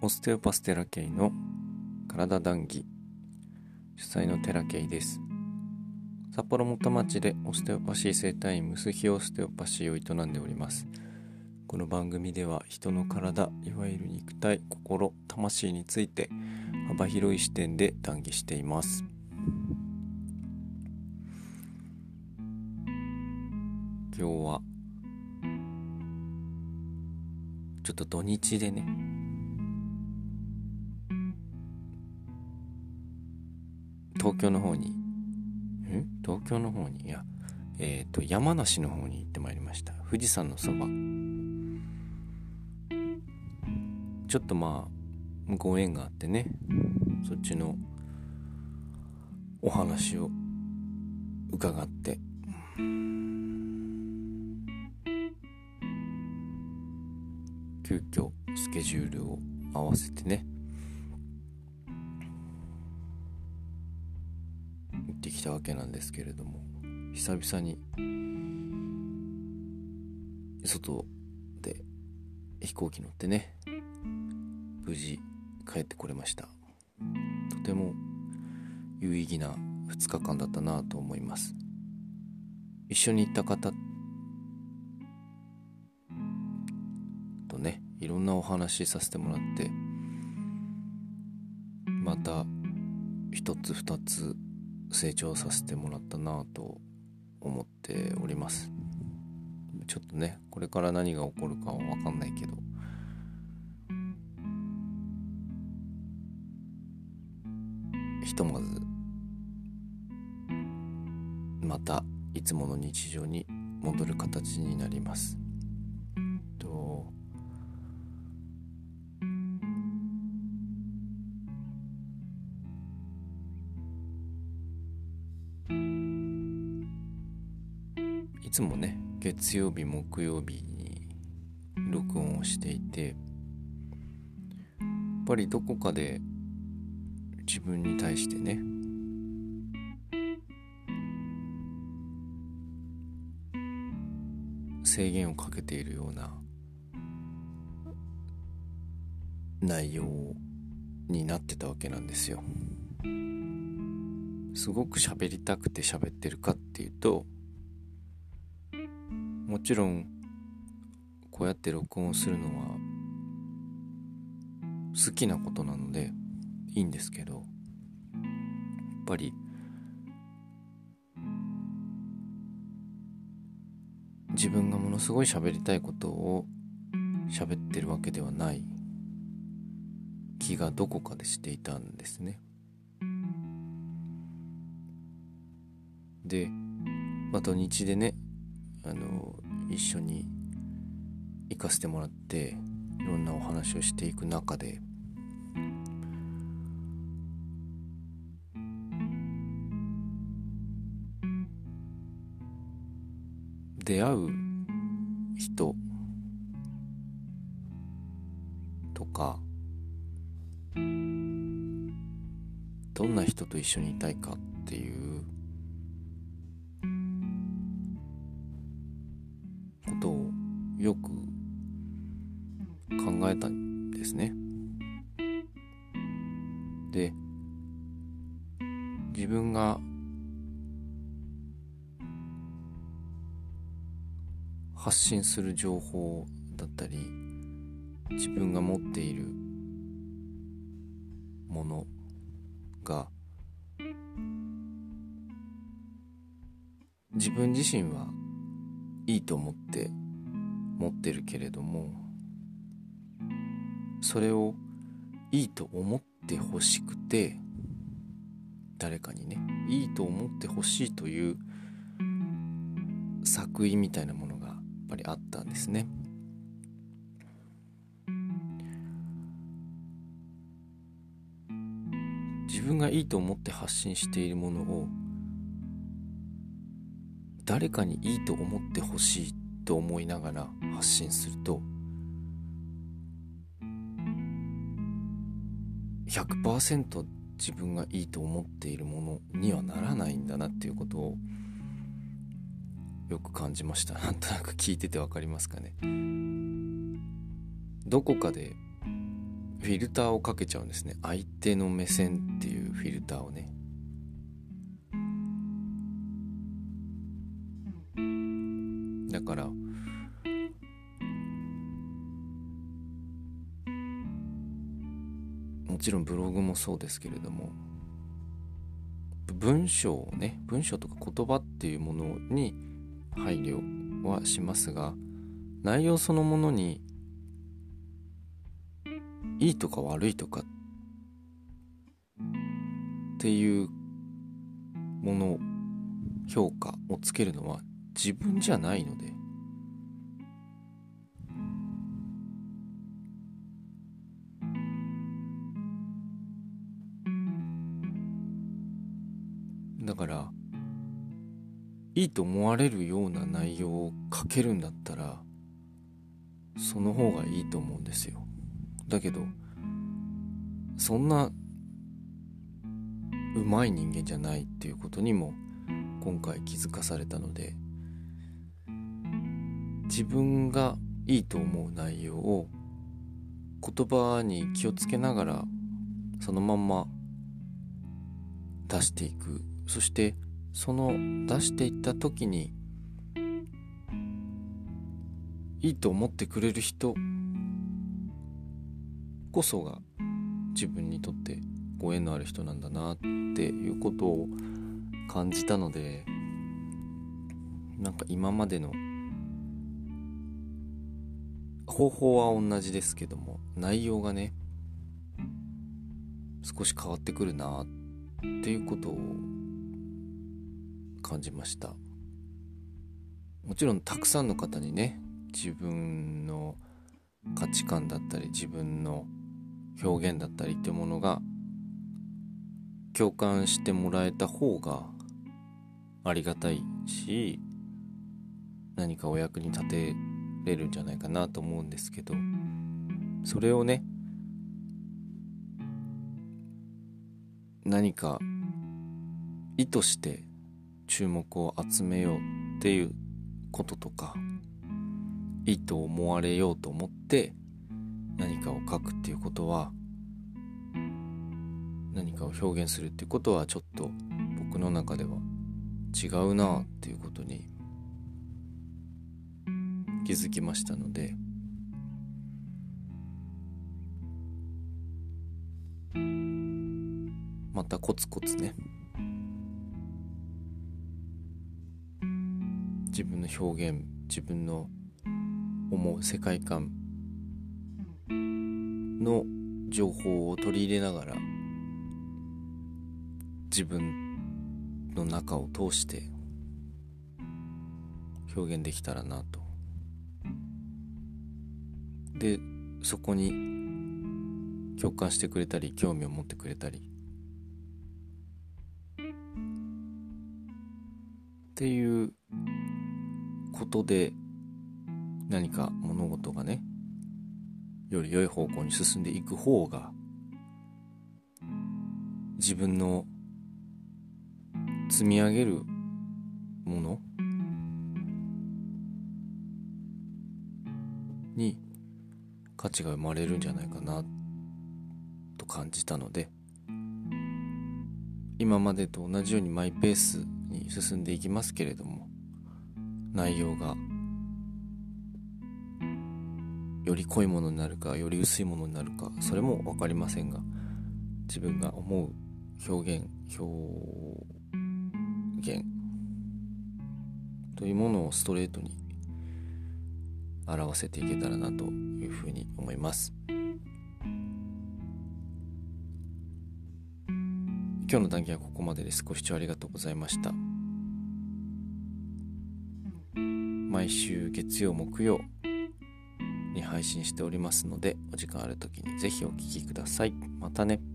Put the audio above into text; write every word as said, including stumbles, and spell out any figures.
オステオパステラケイの体談義、主催のテラケイです。札幌元町でオステオパシー整体院ムスヒオステオパシーを営んでおります。この番組では人の体、いわゆる肉体、心、魂について幅広い視点で談義しています。今日はちょっと土日でね東京の方にん東京の方にいやえっ、ー、と山梨の方に行ってまいりました。富士山のそば、ちょっとまあご縁があってね、そっちのお話を伺って急遽スケジュールを合わせてね行ってきたわけなんですけれども、久々に外で飛行機乗ってね無事帰ってこれました。とても有意義なふつかかんだったなと思います。一緒に行った方とねいろんなお話しさせてもらって、また一つ二つ成長させてもらったなと思っております。ちょっとねこれから何が起こるかは分かんないけど、ひとまずまたいつもの日常に戻る形になります。といつもね月曜日木曜日に録音をしていて、やっぱりどこかで自分に対してね制限をかけているような内容になってたわけなんですよ。すごく喋りたくて喋ってるかっていうと、もちろんこうやって録音するのは好きなことなのでいいんですけど、やっぱり自分がものすごい喋りたいことを喋ってるわけではない気がどこかでしていたんですね。で、まあ、土日でねあの一緒に行かせてもらっていろんなお話をしていく中で、出会う人とかどんな人と一緒にいたいかっていうことをよく考えたんですね。で、自分が発信する情報だったり自分が持っているものが自分自身はいいと思って持ってるけれども、それをいいと思ってほしくて、誰かにねいいと思ってほしいという作為みたいなものがやっぱりあったんですね。自分がいいと思って発信しているものを誰かにいいと思ってほしいと思いながら発信すると ひゃくパーセント 自分がいいと思っているものにはならないんだなっていうことをよく感じました。なんとなく聞いててわかりますかね。どこかでフィルターをかけちゃうんですね。相手の目線っていうフィルターをね。だからもちろんブログもそうですけれども、文章をね、文章とか言葉っていうものに配慮はしますが、内容そのものにいいとか悪いとかっていうもの、評価をつけるのは自分じゃないので、だからいいと思われるような内容を書けるんだったらその方がいいと思うんですよ。だけどそんなうまい人間じゃないっていうことにも今回気づかされたので、自分がいいと思う内容を言葉に気をつけながらそのまんま出していく。そしてその出していった時にいいと思ってくれる人こそが自分にとってご縁のある人なんだなっていうことを感じたので、なんか今までの方法は同じですけども内容がね少し変わってくるなっていうことを感じました。もちろんたくさんの方にね、自分の価値観だったり自分の表現だったりっていうものが共感してもらえた方がありがたいし、何かお役に立てれるんじゃないかなと思うんですけど、それをね何か意図して注目を集めようっていうこととか、いいと思われようと思って何かを書くっていうことは、何かを表現するっていうことはちょっと僕の中では違うなっていうことに気づきましたので、またコツコツね自分の表現、自分の思う世界観の情報を取り入れながら自分の中を通して表現できたらなと。で、そこに共感してくれたり興味を持ってくれたりっていうことで、何か物事がねより良い方向に進んでいく方が自分の積み上げるものに価値が生まれるんじゃないかなと感じたので、今までと同じようにマイペースに進んでいきますけれども、内容がより濃いものになるかより薄いものになるかそれも分かりませんが、自分が思う表現表現というものをストレートに表せていけたらなというふうに思います。今日の談義はここまでです。ご視聴ありがとうございました。毎週月曜木曜に配信しておりますので、お時間ある時にぜひお聞きください。またね。